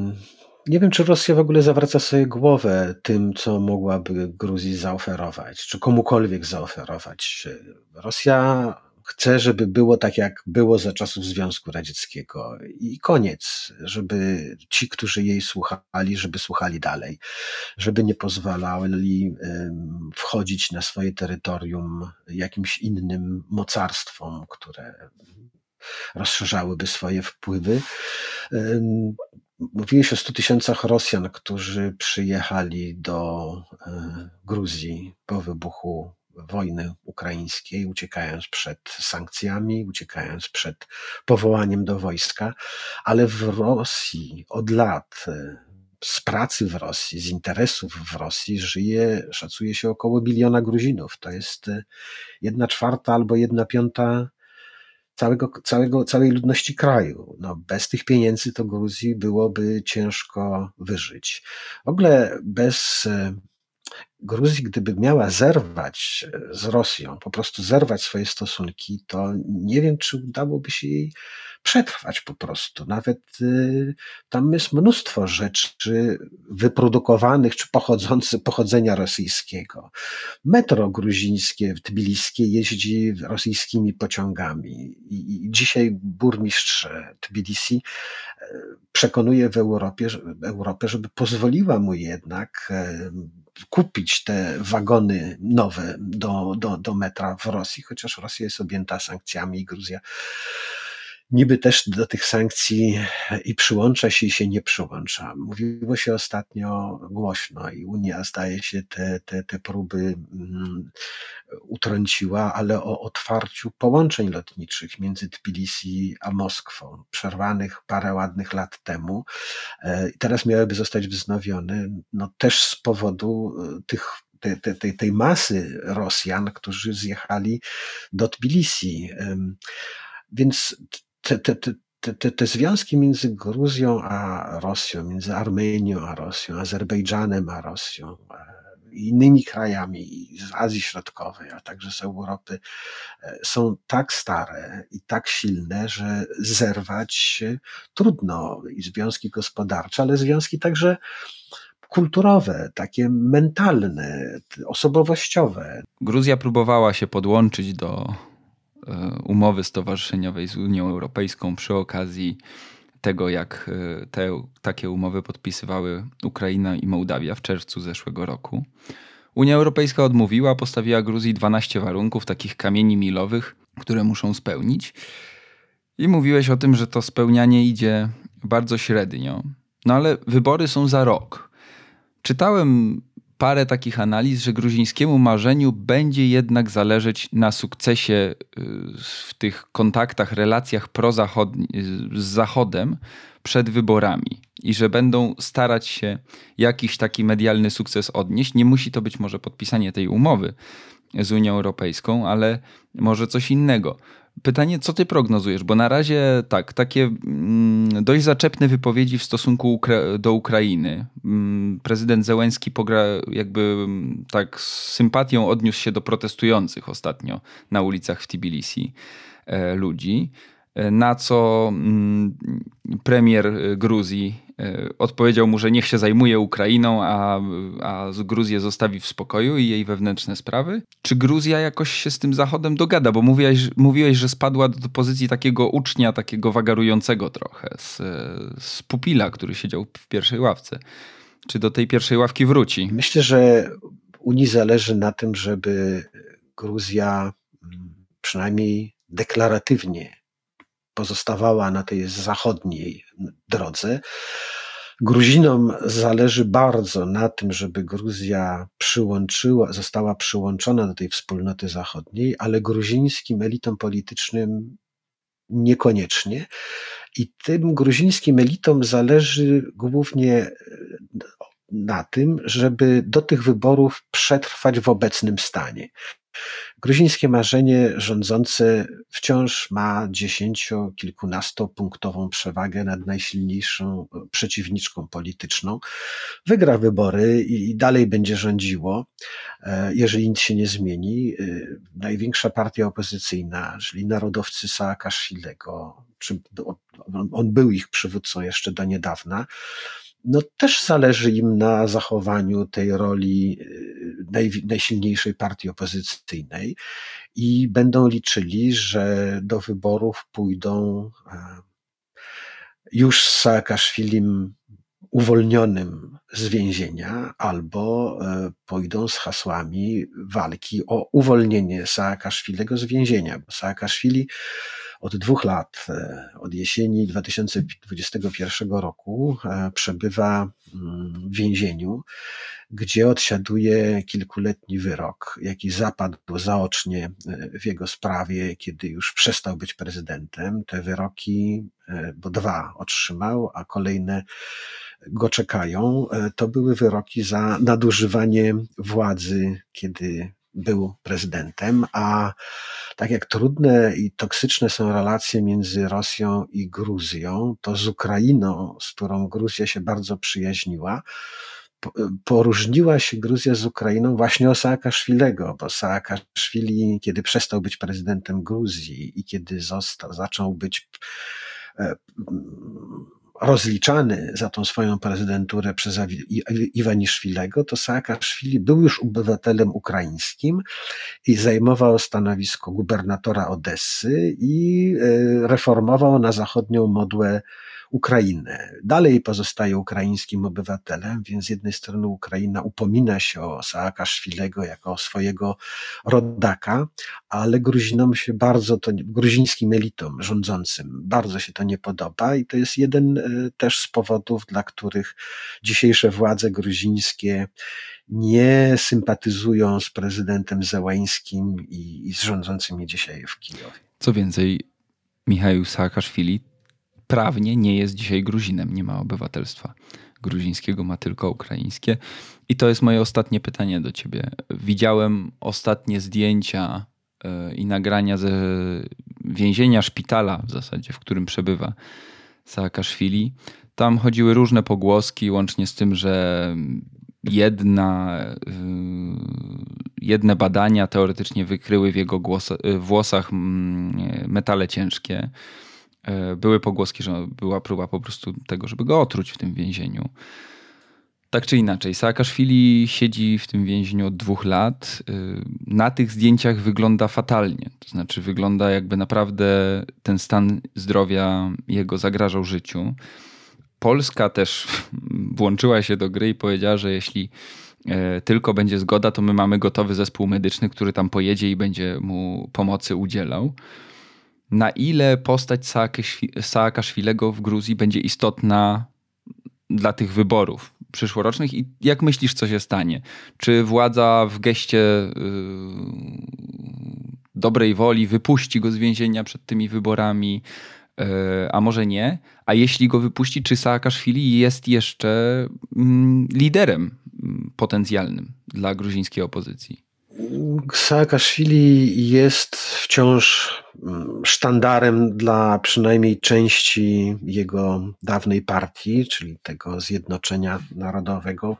Nie wiem, czy Rosja w ogóle zawraca sobie głowę tym, co mogłaby Gruzji zaoferować, czy komukolwiek zaoferować. Rosja chce, żeby było tak, jak było za czasów Związku Radzieckiego i koniec, żeby ci, którzy jej słuchali, żeby słuchali dalej, żeby nie pozwalali wchodzić na swoje terytorium jakimś innym mocarstwom, które rozszerzałyby swoje wpływy. Mówiłeś o 100 000 Rosjan, którzy przyjechali do Gruzji po wybuchu wojny ukraińskiej, uciekając przed sankcjami, uciekając przed powołaniem do wojska, ale w Rosji od lat, z pracy w Rosji, z interesów w Rosji szacuje się około 1 000 000 Gruzinów. To jest 1/4 albo 1/5 całej ludności kraju. No, bez tych pieniędzy to Gruzji byłoby ciężko wyżyć. W ogóle bez Gruzji, gdyby miała zerwać z Rosją, po prostu zerwać swoje stosunki, to nie wiem, czy udałoby się jej przetrwać po prostu. Nawet tam jest mnóstwo rzeczy wyprodukowanych czy pochodzenia rosyjskiego. Metro gruzińskie, tbiliskie jeździ rosyjskimi pociągami i dzisiaj burmistrz Tbilisi przekonuje w Europę, żeby pozwoliła mu jednak kupić te wagony nowe do metra w Rosji, chociaż Rosja jest objęta sankcjami i Gruzja niby też do tych sankcji i przyłącza się i się nie przyłącza. Mówiło się ostatnio głośno i Unia, zdaje się, te próby utrąciła, ale o otwarciu połączeń lotniczych między Tbilisi a Moskwą, przerwanych parę ładnych lat temu. I teraz miałyby zostać wznowione, no też z powodu tej masy Rosjan, którzy zjechali do Tbilisi. Więc te związki między Gruzją a Rosją, między Armenią a Rosją, Azerbejdżanem a Rosją, i innymi krajami z Azji Środkowej, a także z Europy, są tak stare i tak silne, że zerwać trudno. I związki gospodarcze, ale związki także kulturowe, takie mentalne, osobowościowe. Gruzja próbowała się podłączyć do umowy stowarzyszeniowej z Unią Europejską przy okazji tego, jak takie umowy podpisywały Ukraina i Mołdawia w czerwcu zeszłego roku. Unia Europejska odmówiła, postawiła Gruzji 12 warunków, takich kamieni milowych, które muszą spełnić. I mówiłeś o tym, że to spełnianie idzie bardzo średnio. No ale wybory są za rok. Czytałem parę takich analiz, że gruzińskiemu marzeniu będzie jednak zależeć na sukcesie w tych kontaktach, relacjach z Zachodem przed wyborami i że będą starać się jakiś taki medialny sukces odnieść. Nie musi to być może podpisanie tej umowy z Unią Europejską, ale może coś innego. Pytanie, co ty prognozujesz? Bo na razie tak, takie dość zaczepne wypowiedzi w stosunku do Ukrainy. Prezydent Zełenski jakby tak z sympatią odniósł się do protestujących ostatnio na ulicach w Tbilisi ludzi, na co premier Gruzji odpowiedział mu, że niech się zajmuje Ukrainą, a Gruzję zostawi w spokoju i jej wewnętrzne sprawy. Czy Gruzja jakoś się z tym Zachodem dogada? Bo mówiłeś, że spadła do pozycji takiego ucznia, takiego wagarującego trochę, z pupila, który siedział w pierwszej ławce. Czy do tej pierwszej ławki wróci? Myślę, że Unii zależy na tym, żeby Gruzja przynajmniej deklaratywnie pozostawała na tej zachodniej drodze. Gruzinom zależy bardzo na tym, żeby Gruzja została przyłączona do tej wspólnoty zachodniej, ale gruzińskim elitom politycznym niekoniecznie. I tym gruzińskim elitom zależy głównie na tym, żeby do tych wyborów przetrwać w obecnym stanie. Gruzińskie marzenie rządzące wciąż ma 10-kilkunastopunktową przewagę nad najsilniejszą przeciwniczką polityczną. Wygra wybory i dalej będzie rządziło, jeżeli nic się nie zmieni. Największa partia opozycyjna, czyli narodowcy Saakaszwilego, on był ich przywódcą jeszcze do niedawna, no też zależy im na zachowaniu tej roli najsilniejszej partii opozycyjnej i będą liczyli, że do wyborów pójdą już z Saakaszwilim uwolnionym z więzienia albo pójdą z hasłami walki o uwolnienie Saakaszwilego z więzienia, bo Saakaszwili od 2 lat, od jesieni 2021 roku przebywa w więzieniu, gdzie odsiaduje kilkuletni wyrok, jaki zapadł zaocznie w jego sprawie, kiedy już przestał być prezydentem. Te wyroki, bo 2 otrzymał, a kolejne go czekają, to były wyroki za nadużywanie władzy, kiedy był prezydentem, a tak jak trudne i toksyczne są relacje między Rosją i Gruzją, to z Ukrainą, z którą Gruzja się bardzo przyjaźniła, poróżniła się Gruzja z Ukrainą właśnie o Saakaszwilego, bo Saakaszwili, kiedy przestał być prezydentem Gruzji i kiedy zaczął być rozliczany za tą swoją prezydenturę przez Iwaniszwilego, to Saakaszwili był już obywatelem ukraińskim i zajmował stanowisko gubernatora Odessy i reformował na zachodnią modłę Ukrainę. Dalej pozostaje ukraińskim obywatelem, więc z jednej strony Ukraina upomina się o Saakaszwilego jako o swojego rodaka, ale Gruzinom się gruzińskim elitom rządzącym bardzo się to nie podoba i to jest jeden też z powodów, dla których dzisiejsze władze gruzińskie nie sympatyzują z prezydentem Zełańskim i z rządzącymi dzisiaj w Kijowie. Co więcej, Michał Saakaszwili prawnie nie jest dzisiaj Gruzinem, nie ma obywatelstwa gruzińskiego, ma tylko ukraińskie. I to jest moje ostatnie pytanie do ciebie. Widziałem ostatnie zdjęcia i nagrania ze więzienia, szpitala w zasadzie, w którym przebywa Saakaszwili. Tam chodziły różne pogłoski, łącznie z tym, że jedne badania teoretycznie wykryły w jego włosach metale ciężkie. Były pogłoski, że była próba po prostu tego, żeby go otruć w tym więzieniu. Tak czy inaczej, Saakaszwili siedzi w tym więzieniu od 2 lat. Na tych zdjęciach wygląda fatalnie. To znaczy wygląda jakby naprawdę ten stan zdrowia jego zagrażał życiu. Polska też włączyła się do gry i powiedziała, że jeśli tylko będzie zgoda, to my mamy gotowy zespół medyczny, który tam pojedzie i będzie mu pomocy udzielał. Na ile postać Saakaszwilego w Gruzji będzie istotna dla tych wyborów przyszłorocznych i jak myślisz, co się stanie? Czy władza w geście dobrej woli wypuści go z więzienia przed tymi wyborami? A może nie? A jeśli go wypuści, czy Saakaszwili jest jeszcze liderem potencjalnym dla gruzińskiej opozycji? Saakaszwili jest wciąż sztandarem dla przynajmniej części jego dawnej partii, czyli tego Zjednoczenia Narodowego,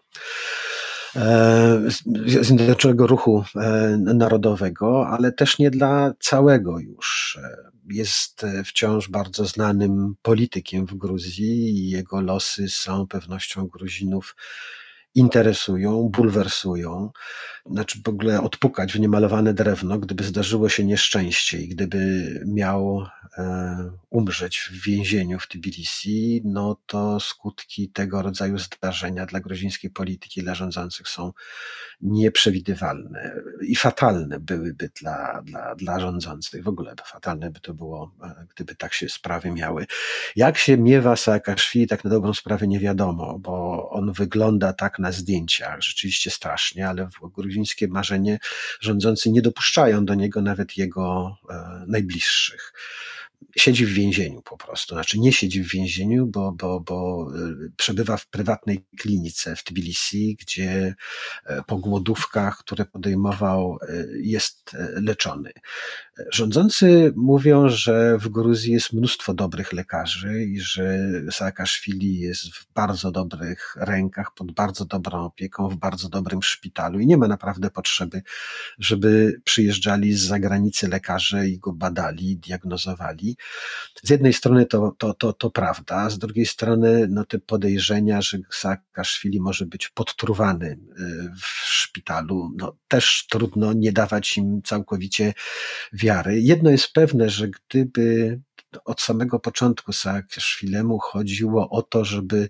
Zjednoczonego Ruchu Narodowego, ale też nie dla całego już. Jest wciąż bardzo znanym politykiem w Gruzji i jego losy z całą pewnością Gruzinów interesują, bulwersują. Znaczy w ogóle odpukać w niemalowane drewno, gdyby zdarzyło się nieszczęście i gdyby miał umrzeć w więzieniu w Tbilisi, no to skutki tego rodzaju zdarzenia dla gruzińskiej polityki, dla rządzących są nieprzewidywalne i fatalne byłyby dla rządzących. W ogóle fatalne by to było, gdyby tak się sprawy miały. Jak się miewa Saakaszwili, tak na dobrą sprawę nie wiadomo, bo on wygląda tak na zdjęciach, rzeczywiście strasznie, ale w gruzińskie marzenie rządzący nie dopuszczają do niego nawet jego najbliższych. Siedzi w więzieniu po prostu, znaczy nie siedzi w więzieniu, bo przebywa w prywatnej klinice w Tbilisi, gdzie po głodówkach, które podejmował, jest leczony. Rządzący mówią, że w Gruzji jest mnóstwo dobrych lekarzy i że Saakaszwili jest w bardzo dobrych rękach, pod bardzo dobrą opieką, w bardzo dobrym szpitalu i nie ma naprawdę potrzeby, żeby przyjeżdżali z zagranicy lekarze i go badali, diagnozowali. Z jednej strony to prawda, a z drugiej strony no, te podejrzenia, że Saakaszwili może być podtruwany w szpitalu, no, też trudno nie dawać im całkowicie wiary. Jedno jest pewne, że gdyby od samego początku Saakaszwilemu chodziło o to, żeby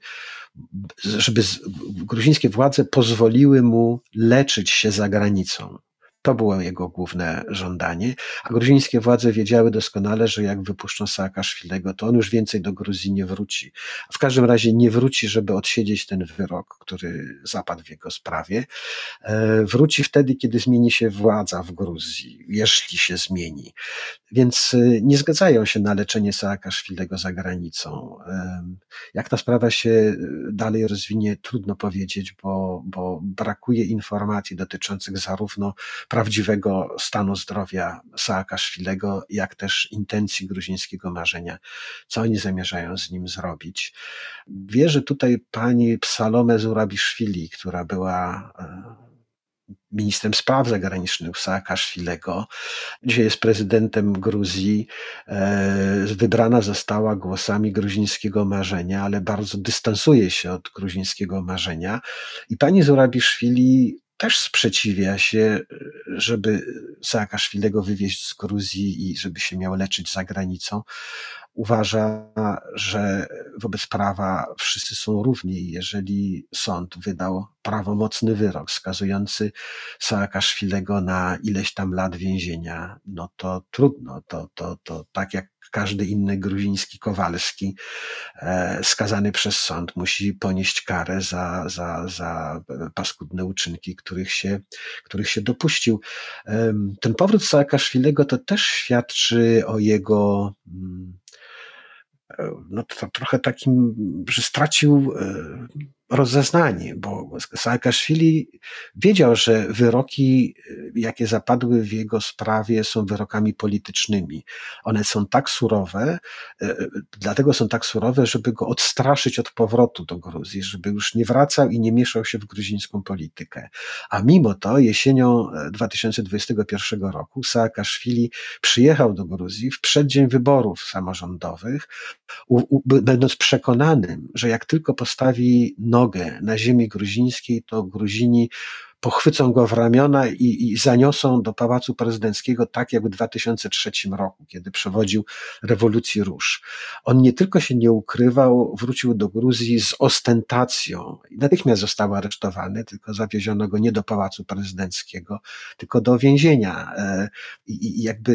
gruzińskie władze pozwoliły mu leczyć się za granicą. To było jego główne żądanie, a gruzińskie władze wiedziały doskonale, że jak wypuszczą Saakaszwilego, to on już więcej do Gruzji nie wróci. W każdym razie nie wróci, żeby odsiedzieć ten wyrok, który zapadł w jego sprawie. Wróci wtedy, kiedy zmieni się władza w Gruzji, jeśli się zmieni. Więc nie zgadzają się na leczenie Saakaszwilego za granicą. Jak ta sprawa się dalej rozwinie, trudno powiedzieć, bo brakuje informacji dotyczących zarówno prawdziwego stanu zdrowia Saakaszwilego, jak też intencji gruzińskiego marzenia, co oni zamierzają z nim zrobić. Wierzę tutaj pani Salome Zurabiszwili, która była ministrem spraw zagranicznych Saakaszwilego. Dzisiaj jest prezydentem Gruzji. Wybrana została głosami gruzińskiego marzenia, ale bardzo dystansuje się od gruzińskiego marzenia. I pani Zurabiszwili też sprzeciwia się, żeby Saakaszwilego wywieźć z Gruzji i żeby się miał leczyć za granicą. Uważa, że wobec prawa wszyscy są równi. Jeżeli sąd wydał prawomocny wyrok skazujący Saakaszwilego na ileś tam lat więzienia, no to trudno. To tak jak każdy inny gruziński Kowalski skazany przez sąd musi ponieść karę za paskudne uczynki, których się dopuścił. Ten powrót Saakaszwilego to też świadczy o jego no to trochę takim, że stracił rozeznanie, bo Saakaszwili wiedział, że wyroki, jakie zapadły w jego sprawie, są wyrokami politycznymi. One są tak surowe, dlatego są tak surowe, żeby go odstraszyć od powrotu do Gruzji, żeby już nie wracał i nie mieszał się w gruzińską politykę. A mimo to jesienią 2021 roku Saakaszwili przyjechał do Gruzji w przeddzień wyborów samorządowych, będąc przekonanym, że jak tylko postawi nogę na ziemi gruzińskiej, to Gruzini pochwycą go w ramiona i zaniosą do Pałacu Prezydenckiego, tak jak w 2003 roku, kiedy przewodził rewolucji róż. On nie tylko się nie ukrywał, wrócił do Gruzji z ostentacją. Natychmiast został aresztowany, tylko zawieziono go nie do Pałacu Prezydenckiego, tylko do więzienia. I jakby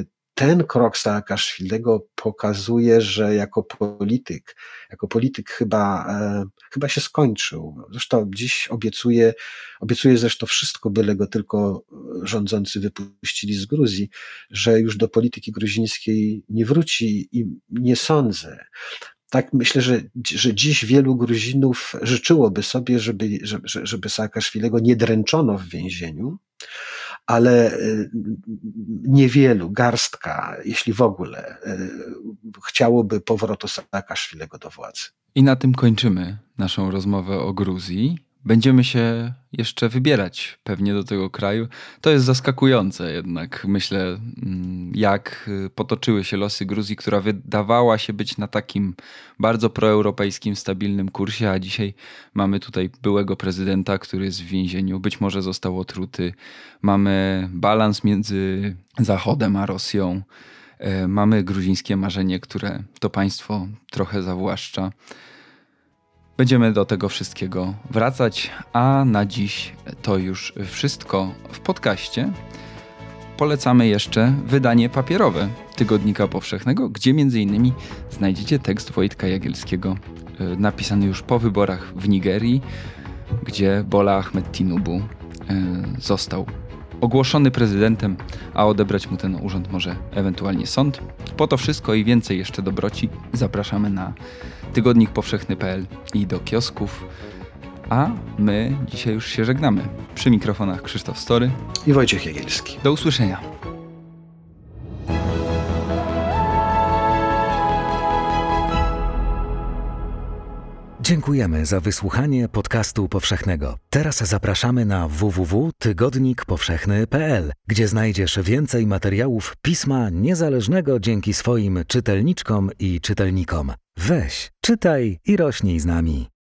ten krok Saakaszwilego pokazuje, że jako polityk chyba się skończył. Zresztą dziś obiecuje zresztą wszystko, byle go tylko rządzący wypuścili z Gruzji, że już do polityki gruzińskiej nie wróci i nie sądzę. Tak myślę, że dziś wielu Gruzinów życzyłoby sobie, żeby Saakaszwilego nie dręczono w więzieniu, ale niewielu, garstka, jeśli w ogóle, chciałoby powrotu Saakaszwilego do władzy. I na tym kończymy naszą rozmowę o Gruzji. Będziemy się jeszcze wybierać pewnie do tego kraju. To jest zaskakujące jednak, myślę, jak potoczyły się losy Gruzji, która wydawała się być na takim bardzo proeuropejskim, stabilnym kursie, a dzisiaj mamy tutaj byłego prezydenta, który jest w więzieniu, być może został otruty. Mamy balans między Zachodem a Rosją. Mamy gruzińskie marzenie, które to państwo trochę zawłaszcza. Będziemy do tego wszystkiego wracać, a na dziś to już wszystko w podcaście. Polecamy jeszcze wydanie papierowe Tygodnika Powszechnego, gdzie m.in. znajdziecie tekst Wojtka Jagielskiego, napisany już po wyborach w Nigerii, gdzie Bola Ahmed Tinubu został ogłoszony prezydentem, a odebrać mu ten urząd może ewentualnie sąd. Po to wszystko i więcej jeszcze dobroci zapraszamy na tygodnikpowszechny.pl i do kiosków. A my dzisiaj już się żegnamy. Przy mikrofonach Krzysztof Story i Wojciech Jagielski. Do usłyszenia. Dziękujemy za wysłuchanie podcastu powszechnego. Teraz zapraszamy na www.tygodnikpowszechny.pl, gdzie znajdziesz więcej materiałów pisma niezależnego dzięki swoim czytelniczkom i czytelnikom. Weź, czytaj i rośnij z nami.